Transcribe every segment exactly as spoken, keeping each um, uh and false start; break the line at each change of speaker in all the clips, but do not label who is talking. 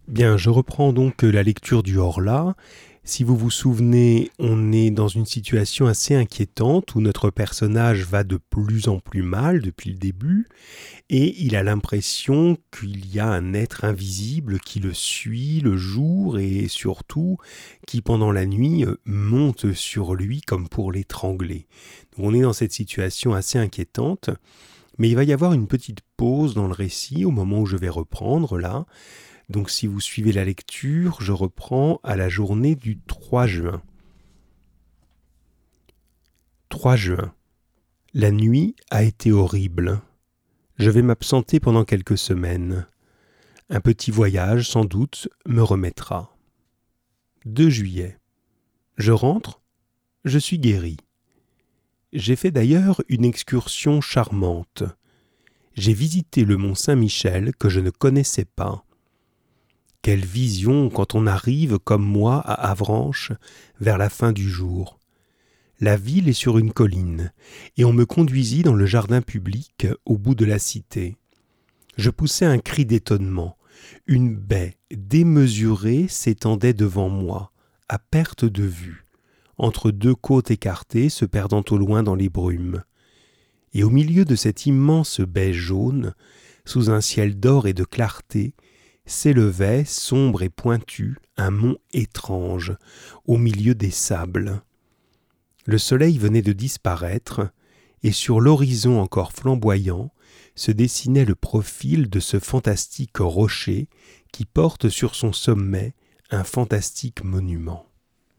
Bien, je reprends donc la lecture du Horla. Si vous vous souvenez, on est dans une situation assez inquiétante où notre personnage va de plus en plus mal depuis le début et il a l'impression qu'il y a un être invisible qui le suit le jour et surtout qui pendant la nuit monte sur lui comme pour l'étrangler. Donc on est dans cette situation assez inquiétante, mais il va y avoir une petite pause dans le récit au moment où je vais reprendre là. Donc si vous suivez la lecture, je reprends à la journée du trois juin. trois juin. La nuit a été horrible. Je vais m'absenter pendant quelques semaines. Un petit voyage, sans doute, me remettra. deux juillet. Je rentre, je suis guéri. J'ai fait d'ailleurs une excursion charmante. J'ai visité le mont Saint-Michel que je ne connaissais pas. Quelle vision quand on arrive, comme moi, à Avranches, vers la fin du jour. La ville est sur une colline, et on me conduisit dans le jardin public au bout de la cité. Je poussai un cri d'étonnement. Une baie démesurée s'étendait devant moi, à perte de vue, entre deux côtes écartées se perdant au loin dans les brumes. Et au milieu de cette immense baie jaune, sous un ciel d'or et de clarté, s'élevait, sombre et pointu, un mont étrange, au milieu des sables. Le soleil venait de disparaître, et sur l'horizon encore flamboyant, se dessinait le profil de ce fantastique rocher qui porte sur son sommet un fantastique monument.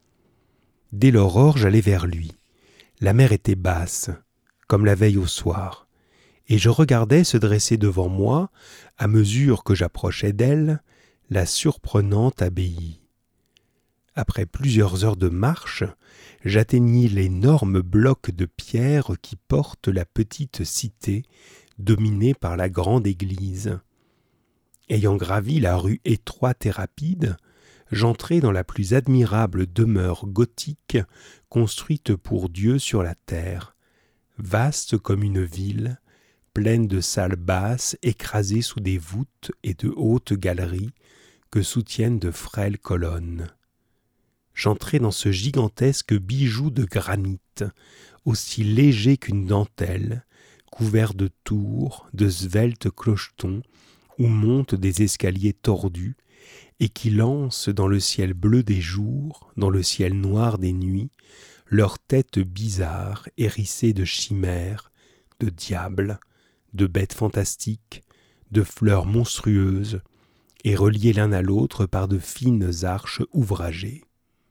Dès l'aurore, j'allais vers lui. La mer était basse, comme la veille au soir, et je regardais se dresser devant moi, à mesure que j'approchais d'elle, la surprenante abbaye. Après plusieurs heures de marche, j'atteignis l'énorme bloc de pierre qui porte la petite cité dominée par la grande église. Ayant gravi la rue étroite et rapide, j'entrai dans la plus admirable demeure gothique construite pour Dieu sur la terre, vaste comme une ville, pleine de salles basses écrasées sous des voûtes et de hautes galeries que soutiennent de frêles colonnes. J'entrai dans ce gigantesque bijou de granit, aussi léger qu'une dentelle, couvert de tours, de sveltes clochetons, où montent des escaliers tordus, et qui lancent dans le ciel bleu des jours, dans le ciel noir des nuits, leurs têtes bizarres, hérissées de chimères, de diables, de bêtes fantastiques, de fleurs monstrueuses, et reliés l'un à l'autre par de fines arches ouvragées.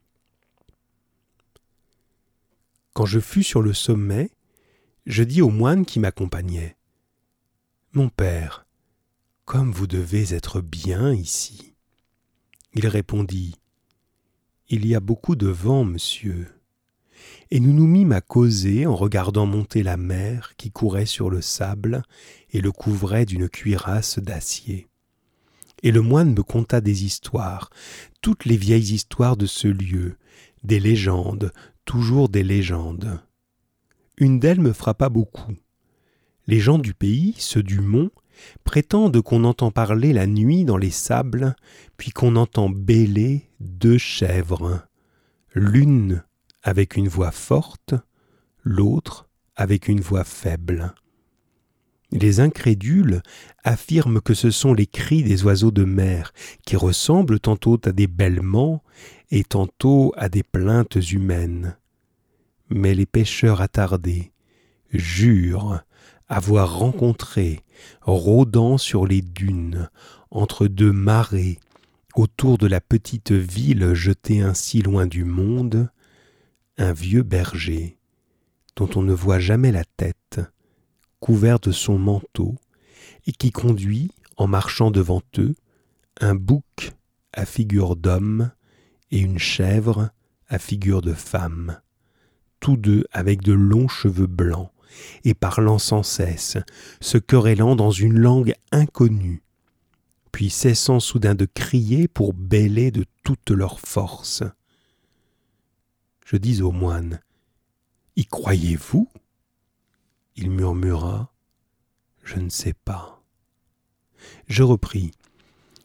Quand je fus sur le sommet, je dis au moine qui m'accompagnait : « Mon père, comme vous devez être bien ici. » Il répondit : « Il y a beaucoup de vent, monsieur. » Et nous nous mîmes à causer en regardant monter la mer qui courait sur le sable et le couvrait d'une cuirasse d'acier. Et le moine me conta des histoires, toutes les vieilles histoires de ce lieu, des légendes, toujours des légendes. Une d'elles me frappa beaucoup. Les gens du pays, ceux du mont, prétendent qu'on entend parler la nuit dans les sables, puis qu'on entend bêler deux chèvres, l'une avec une voix forte, l'autre avec une voix faible. Les incrédules affirment que ce sont les cris des oiseaux de mer qui ressemblent tantôt à des bêlements et tantôt à des plaintes humaines. Mais les pêcheurs attardés jurent avoir rencontré, rôdant sur les dunes, entre deux marées, autour de la petite ville jetée ainsi loin du monde, un vieux berger dont on ne voit jamais la tête, couvert de son manteau, et qui conduit, en marchant devant eux, un bouc à figure d'homme et une chèvre à figure de femme, tous deux avec de longs cheveux blancs, et parlant sans cesse, se querellant dans une langue inconnue, puis cessant soudain de crier pour bêler de toute leur force. Je dis au moine : « Y croyez-vous » Il murmura : « Je ne sais pas. » Je repris :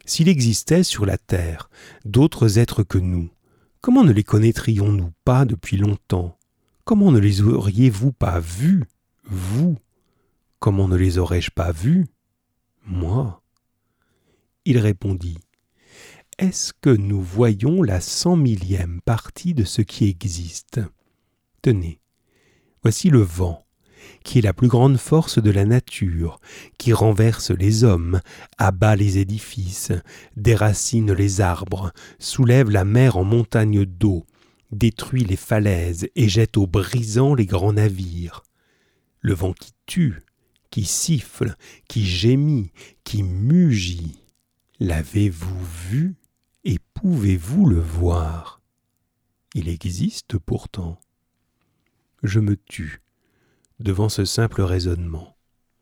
S'il existait sur la terre d'autres êtres que nous, comment ne les connaîtrions-nous pas depuis longtemps? Comment ne les auriez-vous pas vus, vous? Comment ne les aurais-je pas vus, moi? Il répondit, « Est-ce que nous voyons la cent millième partie de ce qui existe? Tenez, voici le vent, qui est la plus grande force de la nature, qui renverse les hommes, abat les édifices, déracine les arbres, soulève la mer en montagne d'eau, détruit les falaises et jette au brisant les grands navires. Le vent qui tue, qui siffle, qui gémit, qui mugit. L'avez-vous vu et pouvez-vous le voir? Il existe pourtant. Je me tue devant ce simple raisonnement.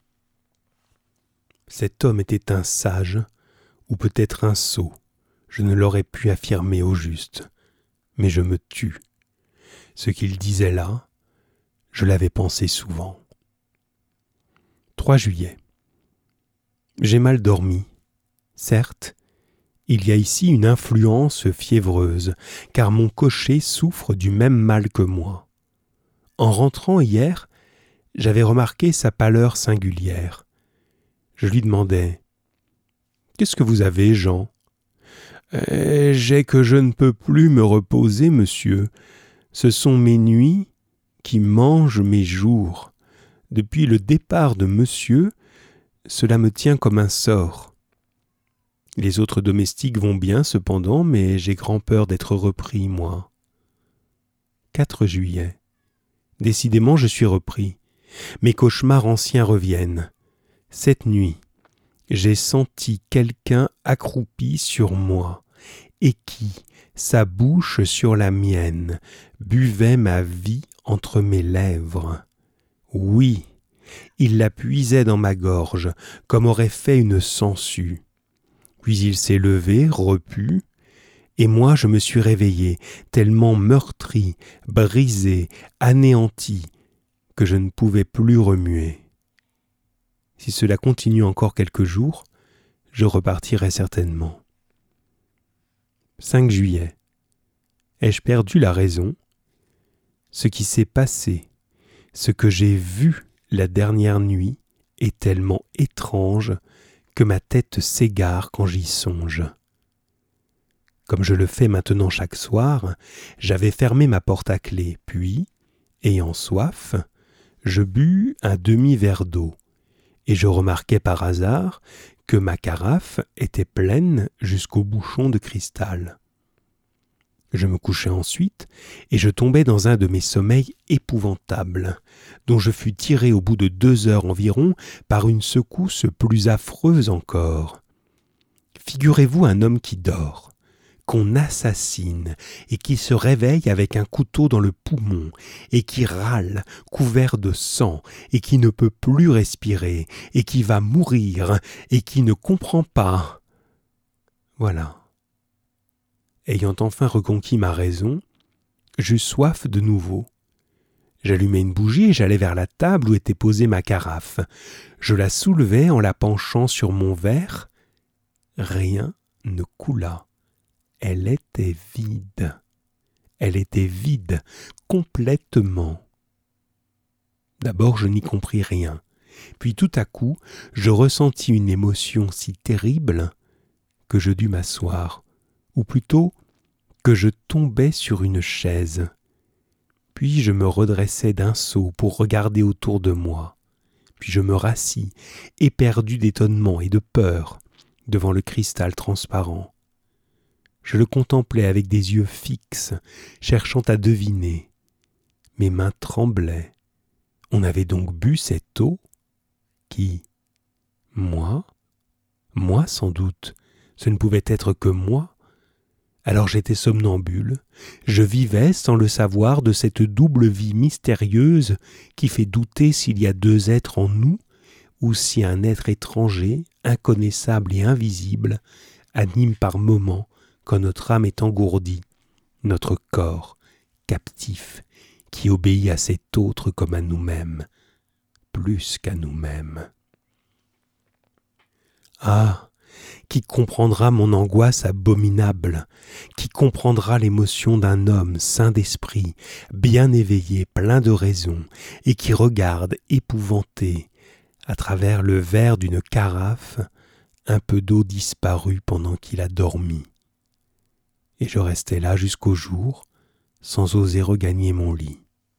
Cet homme était un sage, ou peut-être un sot, je ne l'aurais pu affirmer au juste, mais je me tue. Ce qu'il disait là, je l'avais pensé souvent. trois juillet. J'ai mal dormi. Certes, il y a ici une influence fiévreuse, car mon cocher souffre du même mal que moi. En rentrant hier, j'avais remarqué sa pâleur singulière. Je lui demandai « Qu'est-ce que vous avez, Jean ?»« Eh, j'ai que je ne peux plus me reposer, monsieur. Ce sont mes nuits qui mangent mes jours. Depuis le départ de monsieur, cela me tient comme un sort. Les autres domestiques vont bien cependant, mais j'ai grand peur d'être repris, moi. » quatre juillet. Décidément, je suis repris. Mes cauchemars anciens reviennent. Cette nuit, j'ai senti quelqu'un accroupi sur moi et qui, sa bouche sur la mienne, buvait ma vie entre mes lèvres. Oui, il la puisait dans ma gorge, comme aurait fait une sangsue. Puis il s'est levé, repu, et moi je me suis réveillé, tellement meurtri, brisé, anéanti, que je ne pouvais plus remuer. Si cela continue encore quelques jours, je repartirai certainement. cinq juillet. Ai-je perdu la raison? Ce qui s'est passé, ce que j'ai vu la dernière nuit est tellement étrange que ma tête s'égare quand j'y songe. Comme je le fais maintenant chaque soir, j'avais fermé ma porte à clé, puis, ayant soif, je bus un demi-verre d'eau, et je remarquai par hasard que ma carafe était pleine jusqu'au bouchon de cristal. Je me couchai ensuite, et je tombai dans un de mes sommeils épouvantables, dont je fus tiré au bout de deux heures environ par une secousse plus affreuse encore. Figurez-vous un homme qui dort, qu'on assassine et qui se réveille avec un couteau dans le poumon et qui râle, couvert de sang, et qui ne peut plus respirer, et qui va mourir, et qui ne comprend pas. Voilà. Ayant enfin reconquis ma raison, j'eus soif de nouveau. J'allumai une bougie et j'allai vers la table où était posée ma carafe. Je la soulevai en la penchant sur mon verre. Rien ne coula. Elle était vide. Elle était vide, complètement. D'abord, je n'y compris rien. Puis tout à coup, je ressentis une émotion si terrible que je dus m'asseoir, ou plutôt que je tombai sur une chaise. Puis je me redressai d'un saut pour regarder autour de moi. Puis je me rassis, éperdu d'étonnement et de peur, devant le cristal transparent. Je le contemplais avec des yeux fixes, cherchant à deviner. Mes mains tremblaient. On avait donc bu cette eau? Qui? Moi? Moi, sans doute. Ce ne pouvait être que moi. Alors j'étais somnambule. Je vivais, sans le savoir, de cette double vie mystérieuse qui fait douter s'il y a deux êtres en nous, ou si un être étranger, inconnaissable et invisible, anime par moments quand notre âme est engourdie, notre corps, captif, qui obéit à cet autre comme à nous-mêmes, plus qu'à nous-mêmes. Ah, Qui comprendra mon angoisse abominable? Qui comprendra l'émotion d'un homme saint d'esprit, bien éveillé, plein de raison, et qui regarde, épouvanté, à travers le verre d'une carafe, un peu d'eau disparue pendant qu'il a dormi. Et je restais là jusqu'au jour, sans oser regagner mon lit.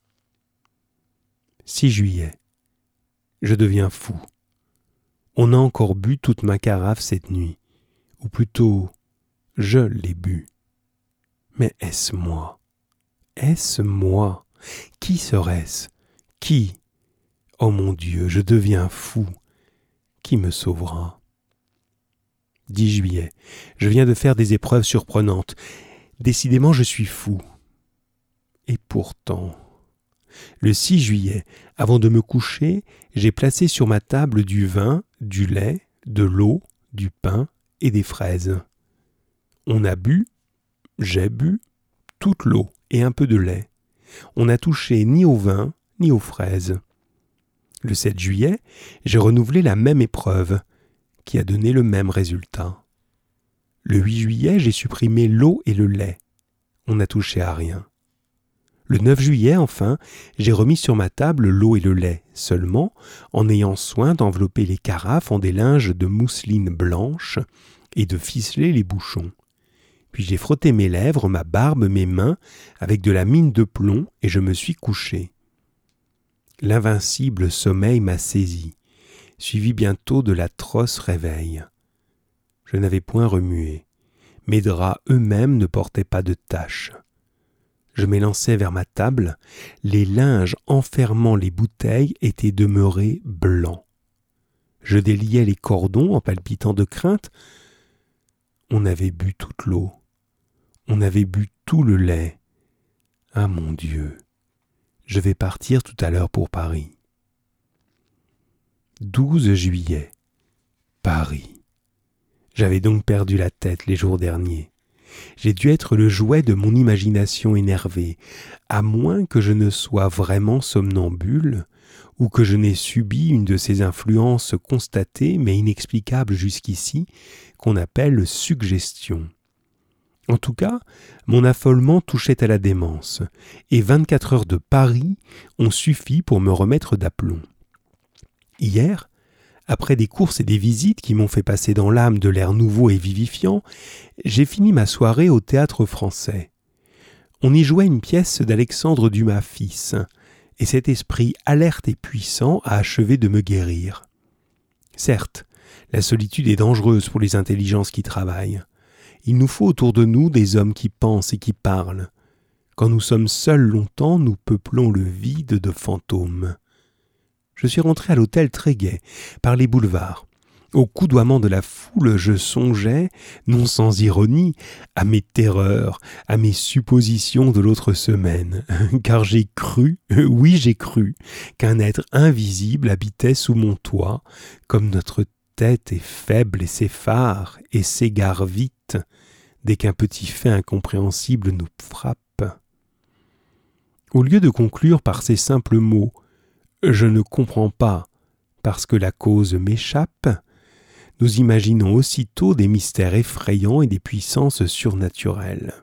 six juillet. Je deviens fou. On a encore bu toute ma carafe cette nuit, ou plutôt, je l'ai bu. Mais est-ce moi? Est-ce moi? Qui serait-ce? Qui? Oh mon Dieu, je deviens fou. Qui me sauvera? dix juillet. Je viens de faire des épreuves surprenantes. Décidément, je suis fou. Et pourtant... Le six juillet, avant de me coucher, j'ai placé sur ma table du vin, du lait, de l'eau, du pain et des fraises. On a bu, j'ai bu, toute l'eau et un peu de lait. On n'a touché ni au vin ni aux fraises. Le sept juillet, j'ai renouvelé la même épreuve, qui a donné le même résultat. Le huit juillet, j'ai supprimé l'eau et le lait. On n'a touché à rien. Le neuf juillet, enfin, j'ai remis sur ma table l'eau et le lait, seulement en ayant soin d'envelopper les carafes en des linges de mousseline blanche et de ficeler les bouchons. Puis j'ai frotté mes lèvres, ma barbe, mes mains, avec de la mine de plomb, et je me suis couché. L'invincible sommeil m'a saisi, suivi bientôt de l'atroce réveil. Je n'avais point remué. Mes draps eux-mêmes ne portaient pas de taches. Je m'élançai vers ma table, les linges enfermant les bouteilles étaient demeurés blancs. Je déliai les cordons en palpitant de crainte. On avait bu toute l'eau, on avait bu tout le lait. Ah mon Dieu, je vais partir tout à l'heure pour Paris. douze juillet, Paris. J'avais donc perdu la tête les jours derniers. J'ai dû être le jouet de mon imagination énervée, à moins que je ne sois vraiment somnambule, ou que je n'ai subi une de ces influences constatées mais inexplicables jusqu'ici, qu'on appelle suggestion. En tout cas, mon affolement touchait à la démence, et vingt-quatre heures de Paris ont suffi pour me remettre d'aplomb. Hier, après des courses et des visites qui m'ont fait passer dans l'âme de l'air nouveau et vivifiant, j'ai fini ma soirée au Théâtre Français. On y jouait une pièce d'Alexandre Dumas fils, et cet esprit alerte et puissant a achevé de me guérir. Certes, la solitude est dangereuse pour les intelligences qui travaillent. Il nous faut autour de nous des hommes qui pensent et qui parlent. Quand nous sommes seuls longtemps, nous peuplons le vide de fantômes. Je suis rentré à l'hôtel très gai, par les boulevards. Au coudoiement de la foule, je songeais, non sans ironie, à mes terreurs, à mes suppositions de l'autre semaine, car j'ai cru, oui j'ai cru, qu'un être invisible habitait sous mon toit, comme notre tête est faible et s'effare et s'égare vite, dès qu'un petit fait incompréhensible nous frappe. Au lieu de conclure par ces simples mots, je ne comprends pas, parce que la cause m'échappe, nous imaginons aussitôt des mystères effrayants et des puissances surnaturelles.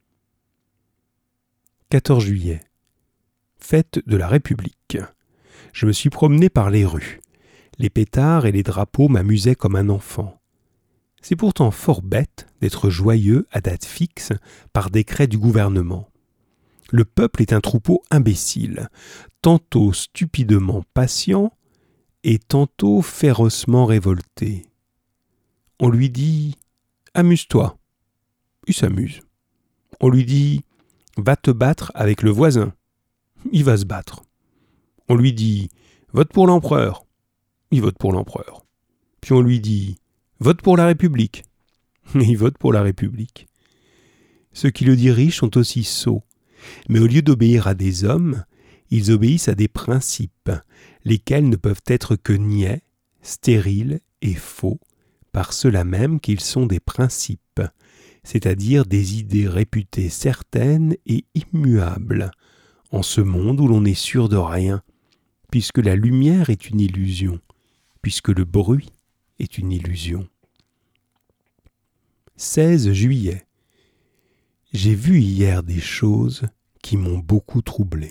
quatorze juillet. Fête de la République. Je me suis promené par les rues. Les pétards et les drapeaux m'amusaient comme un enfant. C'est pourtant fort bête d'être joyeux à date fixe par décret du gouvernement. Le peuple est un troupeau imbécile, tantôt stupidement patient et tantôt férocement révolté. On lui dit « Amuse-toi ». Il s'amuse. On lui dit « Va te battre avec le voisin ». Il va se battre. On lui dit « Vote pour l'empereur ». Il vote pour l'empereur. Puis on lui dit « Vote pour la République ». Il vote pour la République. Ceux qui le dirigent sont aussi sots. Mais au lieu d'obéir à des hommes, ils obéissent à des principes, lesquels ne peuvent être que niais, stériles et faux, par cela même qu'ils sont des principes, c'est-à-dire des idées réputées certaines et immuables, en ce monde où l'on n'est sûr de rien, puisque la lumière est une illusion, puisque le bruit est une illusion. seize juillet. J'ai vu hier des choses qui m'ont beaucoup troublé.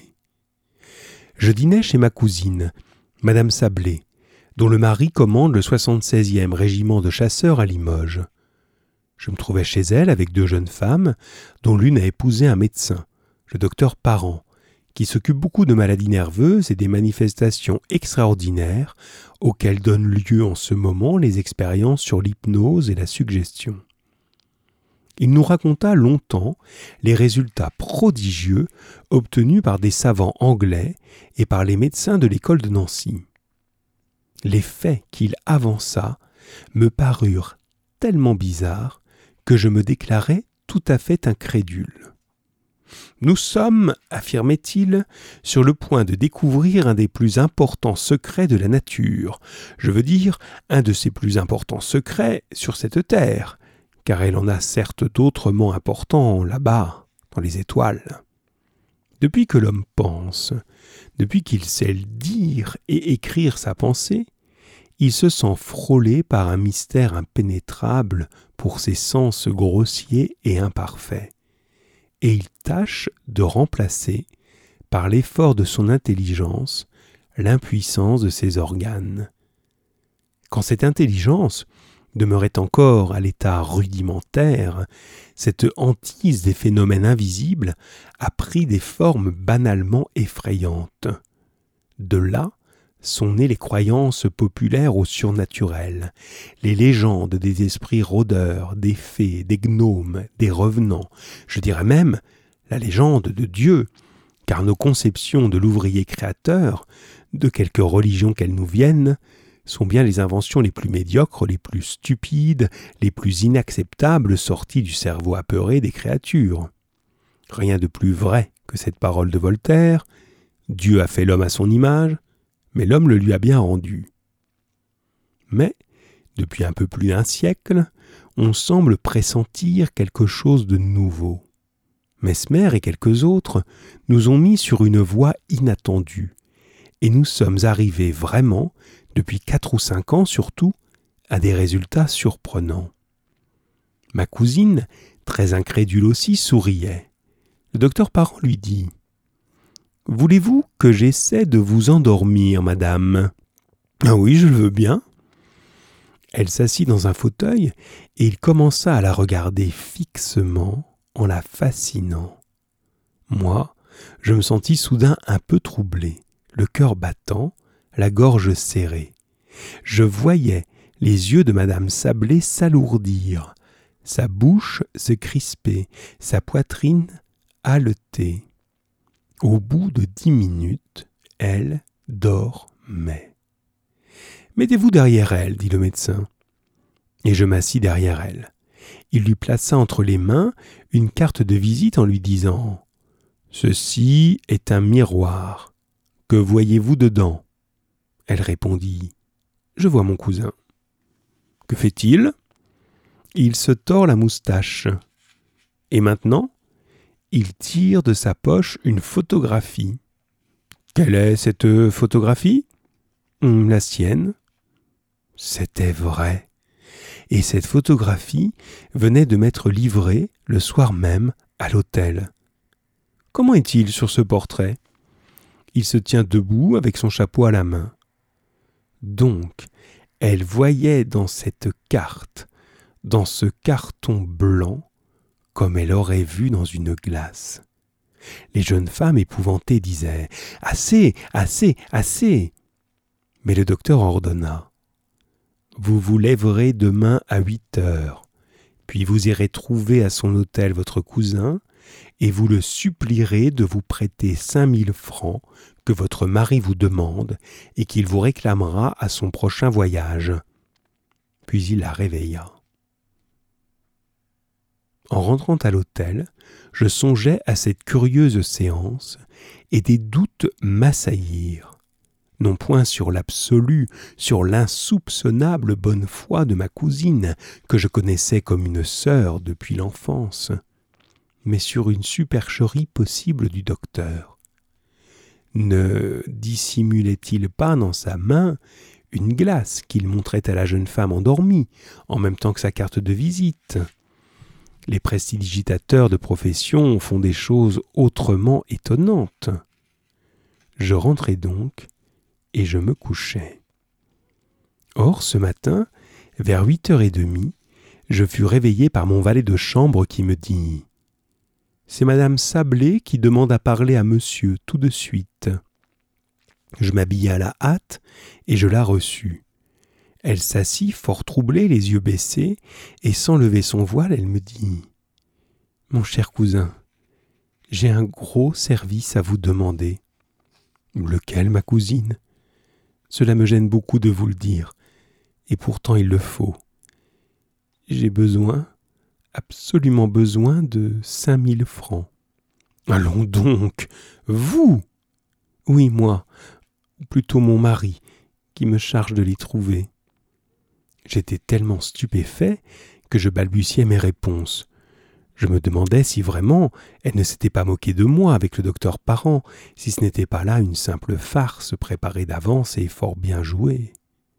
Je dînais chez ma cousine, Madame Sablé, dont le mari commande le soixante-seizième régiment de chasseurs à Limoges. Je me trouvais chez elle avec deux jeunes femmes, dont l'une a épousé un médecin, le docteur Parent, qui s'occupe beaucoup de maladies nerveuses et des manifestations extraordinaires auxquelles donnent lieu en ce moment les expériences sur l'hypnose et la suggestion. Il nous raconta longtemps les résultats prodigieux obtenus par des savants anglais et par les médecins de l'école de Nancy. Les faits qu'il avança me parurent tellement bizarres que je me déclarai tout à fait incrédule. Nous sommes, affirmait-il, sur le point de découvrir un des plus importants secrets de la nature, je veux dire un de ses plus importants secrets sur cette terre, car elle en a certes d'autrement importants là-bas, dans les étoiles. Depuis que l'homme pense, depuis qu'il sait dire et écrire sa pensée, il se sent frôlé par un mystère impénétrable pour ses sens grossiers et imparfaits, et il tâche de remplacer, par l'effort de son intelligence, l'impuissance de ses organes. Quand cette intelligence demeurait encore à l'état rudimentaire, cette hantise des phénomènes invisibles a pris des formes banalement effrayantes. De là sont nées les croyances populaires au surnaturel, les légendes des esprits rôdeurs, des fées, des gnomes, des revenants, je dirais même la légende de Dieu, car nos conceptions de l'ouvrier créateur, de quelque religion qu'elles nous viennent, sont bien les inventions les plus médiocres, les plus stupides, les plus inacceptables sorties du cerveau apeuré des créatures. Rien de plus vrai que cette parole de Voltaire, « Dieu a fait l'homme à son image », mais l'homme le lui a bien rendu. Mais, depuis un peu plus d'un siècle, on semble pressentir quelque chose de nouveau. Mesmer et quelques autres nous ont mis sur une voie inattendue, et nous sommes arrivés vraiment, depuis quatre ou cinq ans surtout, à des résultats surprenants. Ma cousine, très incrédule aussi, souriait. Le docteur Parent lui dit « Voulez-vous que j'essaie de vous endormir, madame ?»« Ah oui, je le veux bien. » Elle s'assit dans un fauteuil et il commença à la regarder fixement en la fascinant. Moi, je me sentis soudain un peu troublé, le cœur battant, la gorge serrée. Je voyais les yeux de madame Sablé s'alourdir, sa bouche se crisper, sa poitrine haleter. Au bout de dix minutes, elle dormait. « Mettez-vous derrière elle, dit le médecin. » Et je m'assis derrière elle. Il lui plaça entre les mains une carte de visite en lui disant « Ceci est un miroir. Que voyez-vous dedans ?» Elle répondit « Je vois mon cousin. »« Que fait-il » ? Il se tord la moustache. Et maintenant, il tire de sa poche une photographie. Quelle est cette photographie ? La sienne. C'était vrai. Et cette photographie venait de m'être livrée le soir même à l'hôtel. Comment est-il sur ce portrait ? Il se tient debout avec son chapeau à la main. Donc, elle voyait dans cette carte, dans ce carton blanc, comme elle aurait vu dans une glace. Les jeunes femmes épouvantées disaient « Assez, assez, assez !» Mais le docteur ordonna « Vous vous lèverez demain à huit heures, puis vous irez trouver à son hôtel votre cousin et vous le supplierez de vous prêter cinq mille francs que votre mari vous demande et qu'il vous réclamera à son prochain voyage. » Puis il la réveilla. En rentrant à l'hôtel, je songeais à cette curieuse séance et des doutes m'assaillirent. Non point sur l'absolue, sur l'insoupçonnable bonne foi de ma cousine, que je connaissais comme une sœur depuis l'enfance, mais sur une supercherie possible du docteur. Ne dissimulait-il pas dans sa main une glace qu'il montrait à la jeune femme endormie, en même temps que sa carte de visite ? Les prestidigitateurs de profession font des choses autrement étonnantes. Je rentrai donc et je me couchai. Or, ce matin, vers huit heures trente, je fus réveillé par mon valet de chambre qui me dit « C'est madame Sablé qui demande à parler à monsieur tout de suite. » Je m'habillai à la hâte et je la reçus. Elle s'assit fort troublée, les yeux baissés, et sans lever son voile, elle me dit « Mon cher cousin, j'ai un gros service à vous demander. »« Lequel, ma cousine ? Cela me gêne beaucoup de vous le dire, et pourtant il le faut. J'ai besoin, absolument besoin de cinq mille francs. »« Allons donc, vous !»« Oui, moi, ou plutôt mon mari, qui me charge de les trouver. » J'étais tellement stupéfait que je balbutiais mes réponses. Je me demandais si vraiment elle ne s'était pas moquée de moi avec le docteur Parent, si ce n'était pas là une simple farce préparée d'avance et fort bien jouée.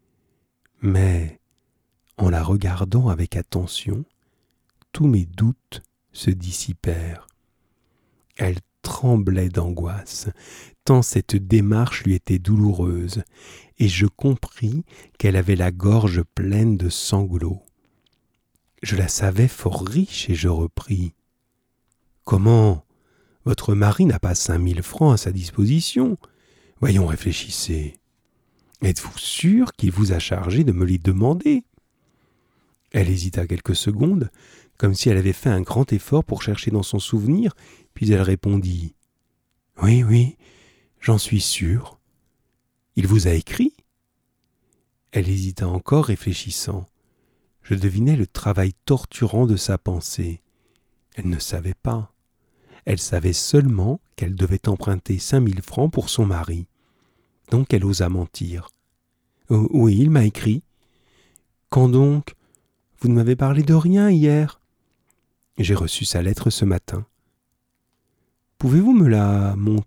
Mais, en la regardant avec attention, tous mes doutes se dissipèrent. Elle tremblait d'angoisse, tant cette démarche lui était douloureuse, et je compris qu'elle avait la gorge pleine de sanglots. Je la savais fort riche et je repris. « Comment ? Votre mari n'a pas cinq mille francs à sa disposition ? Voyons, réfléchissez. Êtes-vous sûr qu'il vous a chargé de me les demander ?» Elle hésita quelques secondes, comme si elle avait fait un grand effort pour chercher dans son souvenir, puis elle répondit « Oui, oui, j'en suis sûre. Il vous a écrit ?» Elle hésita encore, réfléchissant. Je devinais le travail torturant de sa pensée. Elle ne savait pas. Elle savait seulement qu'elle devait emprunter cinq mille francs pour son mari. Donc elle osa mentir. Oh, « Oui, il m'a écrit. »« Quand donc ? Vous ne m'avez parlé de rien hier. »« J'ai reçu sa lettre ce matin. »« Pouvez-vous me la montrer ?»«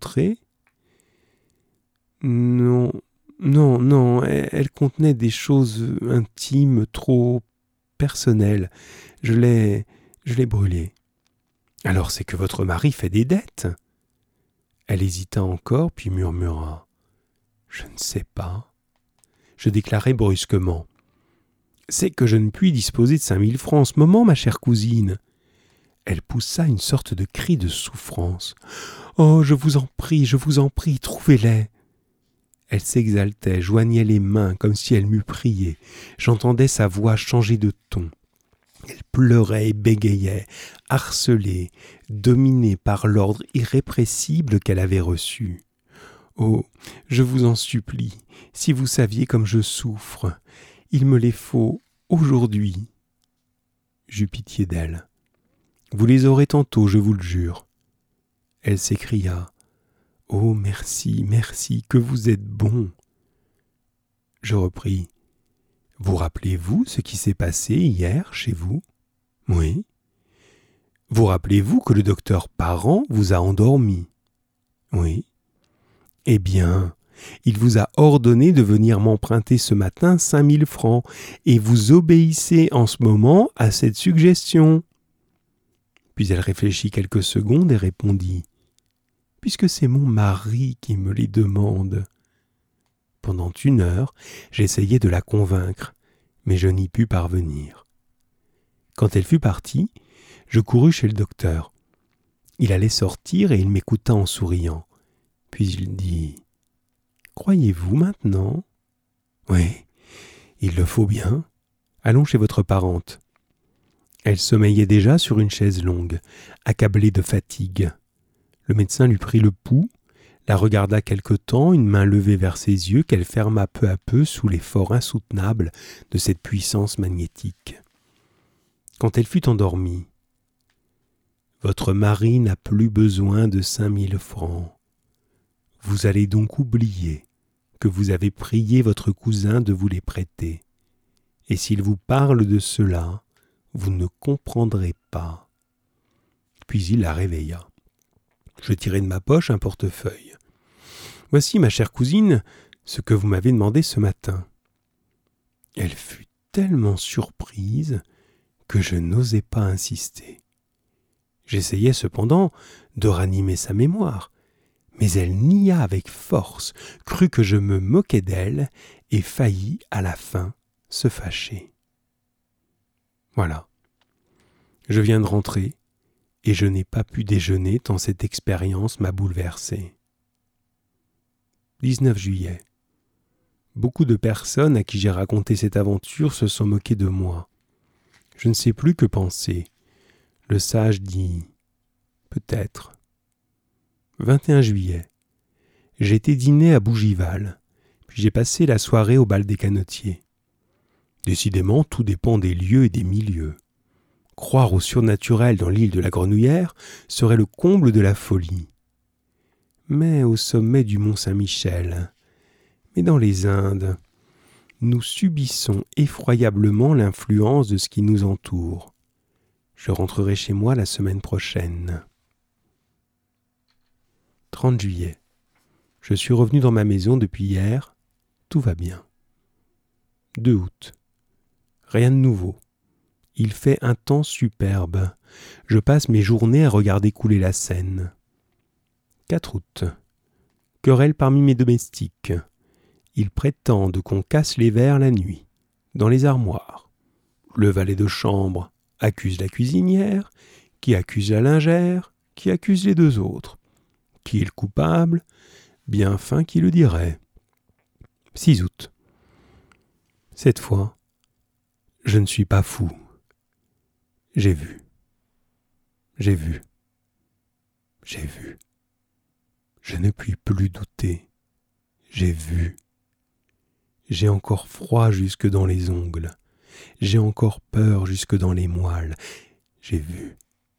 Non, non, non, elle, elle contenait des choses intimes, trop personnelles. Je l'ai, je l'ai brûlée. »« Alors c'est que votre mari fait des dettes ?» Elle hésita encore, puis murmura. « Je ne sais pas. » Je déclarai brusquement. « C'est que je ne puis disposer de cinq mille francs en ce moment, ma chère cousine. » Elle poussa une sorte de cri de souffrance. « Oh, je vous en prie, je vous en prie, trouvez-les !» Elle s'exaltait, joignait les mains comme si elle m'eût prié. J'entendais sa voix changer de ton. Elle pleurait et bégayait, harcelée, dominée par l'ordre irrépressible qu'elle avait reçu. « Oh, je vous en supplie, si vous saviez comme je souffre, il me les faut aujourd'hui. » J'eus pitié d'elle. « Vous les aurez tantôt, je vous le jure. » Elle s'écria. « Oh, merci, merci, que vous êtes bon. » Je repris. « Vous rappelez-vous ce qui s'est passé hier chez vous ? » ?»« Oui. »« Vous rappelez-vous que le docteur Parent vous a endormi ? » ?»« Oui. »« Eh bien, il vous a ordonné de venir m'emprunter ce matin cinq mille francs, et vous obéissez en ce moment à cette suggestion. » Puis elle réfléchit quelques secondes et répondit. « Puisque c'est mon mari qui me les demande. » Pendant une heure, j'essayai de la convaincre, mais je n'y pus parvenir. Quand elle fut partie, je courus chez le docteur. Il allait sortir et il m'écouta en souriant. Puis il dit « Croyez-vous maintenant ? » ?»« Oui, il le faut bien. Allons chez votre parente. » Elle sommeillait déjà sur une chaise longue, accablée de fatigue. Le médecin lui prit le pouls, la regarda quelque temps, une main levée vers ses yeux qu'elle ferma peu à peu sous l'effort insoutenable de cette puissance magnétique. Quand elle fut endormie, « Votre mari n'a plus besoin de cinq mille francs. Vous allez donc oublier que vous avez prié votre cousin de vous les prêter. Et s'il vous parle de cela, vous ne comprendrez pas. » Puis il la réveilla. Je tirai de ma poche un portefeuille. « Voici, ma chère cousine, ce que vous m'avez demandé ce matin. » Elle fut tellement surprise que je n'osai pas insister. J'essayai cependant de ranimer sa mémoire, mais elle nia avec force, crut que je me moquais d'elle et faillit à la fin se fâcher. Voilà. Je viens de rentrer et je n'ai pas pu déjeuner tant cette expérience m'a bouleversé. dix-neuf juillet. Beaucoup de personnes à qui j'ai raconté cette aventure se sont moquées de moi. Je ne sais plus que penser. Le sage dit « peut-être ». vingt et un juillet. J'ai été dîner à Bougival, puis j'ai passé la soirée au bal des canotiers. Décidément, tout dépend des lieux et des milieux. Croire au surnaturel dans l'île de la Grenouillère serait le comble de la folie. Mais au sommet du mont Saint-Michel, mais dans les Indes, nous subissons effroyablement l'influence de ce qui nous entoure. Je rentrerai chez moi la semaine prochaine. trente juillet. Je suis revenu dans ma maison depuis hier. Tout va bien. deux août. Rien de nouveau. Il fait un temps superbe. Je passe mes journées à regarder couler la Seine. quatre août. Querelle parmi mes domestiques. Ils prétendent qu'on casse les verres la nuit, dans les armoires. Le valet de chambre accuse la cuisinière, qui accuse la lingère, qui accuse les deux autres. Qui est le coupable? Bien fin qui le dirait. six août. Cette fois, je ne suis pas fou. J'ai vu. J'ai vu. J'ai vu. Je ne puis plus douter. J'ai vu. J'ai encore froid jusque dans les ongles. J'ai encore peur jusque dans les moelles. J'ai vu.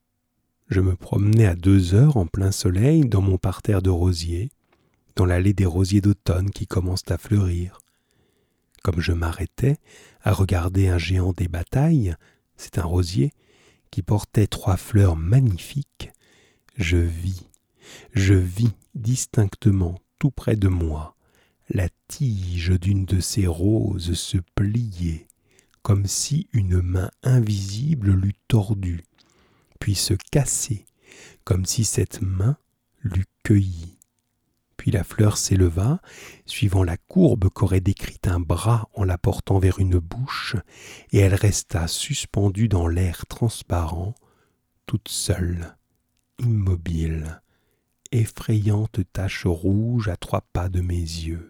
Je me promenais à deux heures en plein soleil dans mon parterre de rosiers, dans l'allée des rosiers d'automne qui commencent à fleurir. Comme je m'arrêtais à regarder un géant des batailles, c'est un rosier, qui portait trois fleurs magnifiques, je vis, je vis distinctement tout près de moi, la tige d'une de ces roses se plier, comme si une main invisible l'eût tordue, puis se casser, comme si cette main l'eût cueillie. Puis la fleur s'éleva, suivant la courbe qu'aurait décrite un bras en la portant vers une bouche, et elle resta suspendue dans l'air transparent, toute seule, immobile, effrayante tache rouge à trois pas de mes yeux.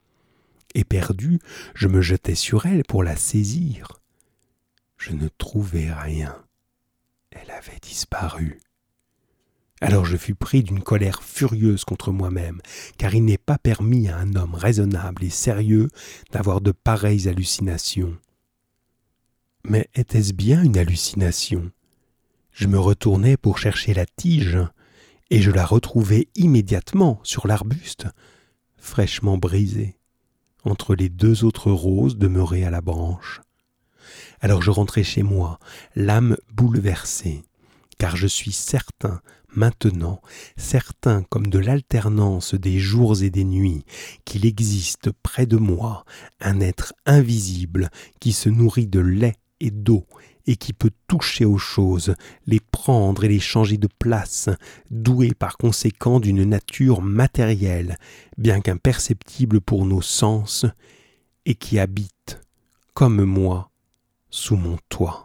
Éperdu, je me jetai sur elle pour la saisir. Je ne trouvais rien. Elle avait disparu. Alors je fus pris d'une colère furieuse contre moi-même, car il n'est pas permis à un homme raisonnable et sérieux d'avoir de pareilles hallucinations. Mais était-ce bien une hallucination? Je me retournai pour chercher la tige, et je la retrouvai immédiatement sur l'arbuste, fraîchement brisée, entre les deux autres roses demeurées à la branche. Alors je rentrai chez moi, l'âme bouleversée, car je suis certain, maintenant, certain comme de l'alternance des jours et des nuits, qu'il existe près de moi un être invisible qui se nourrit de lait et d'eau et qui peut toucher aux choses, les prendre et les changer de place, doué par conséquent d'une nature matérielle, bien qu'imperceptible pour nos sens, et qui habite, comme moi, sous mon toit.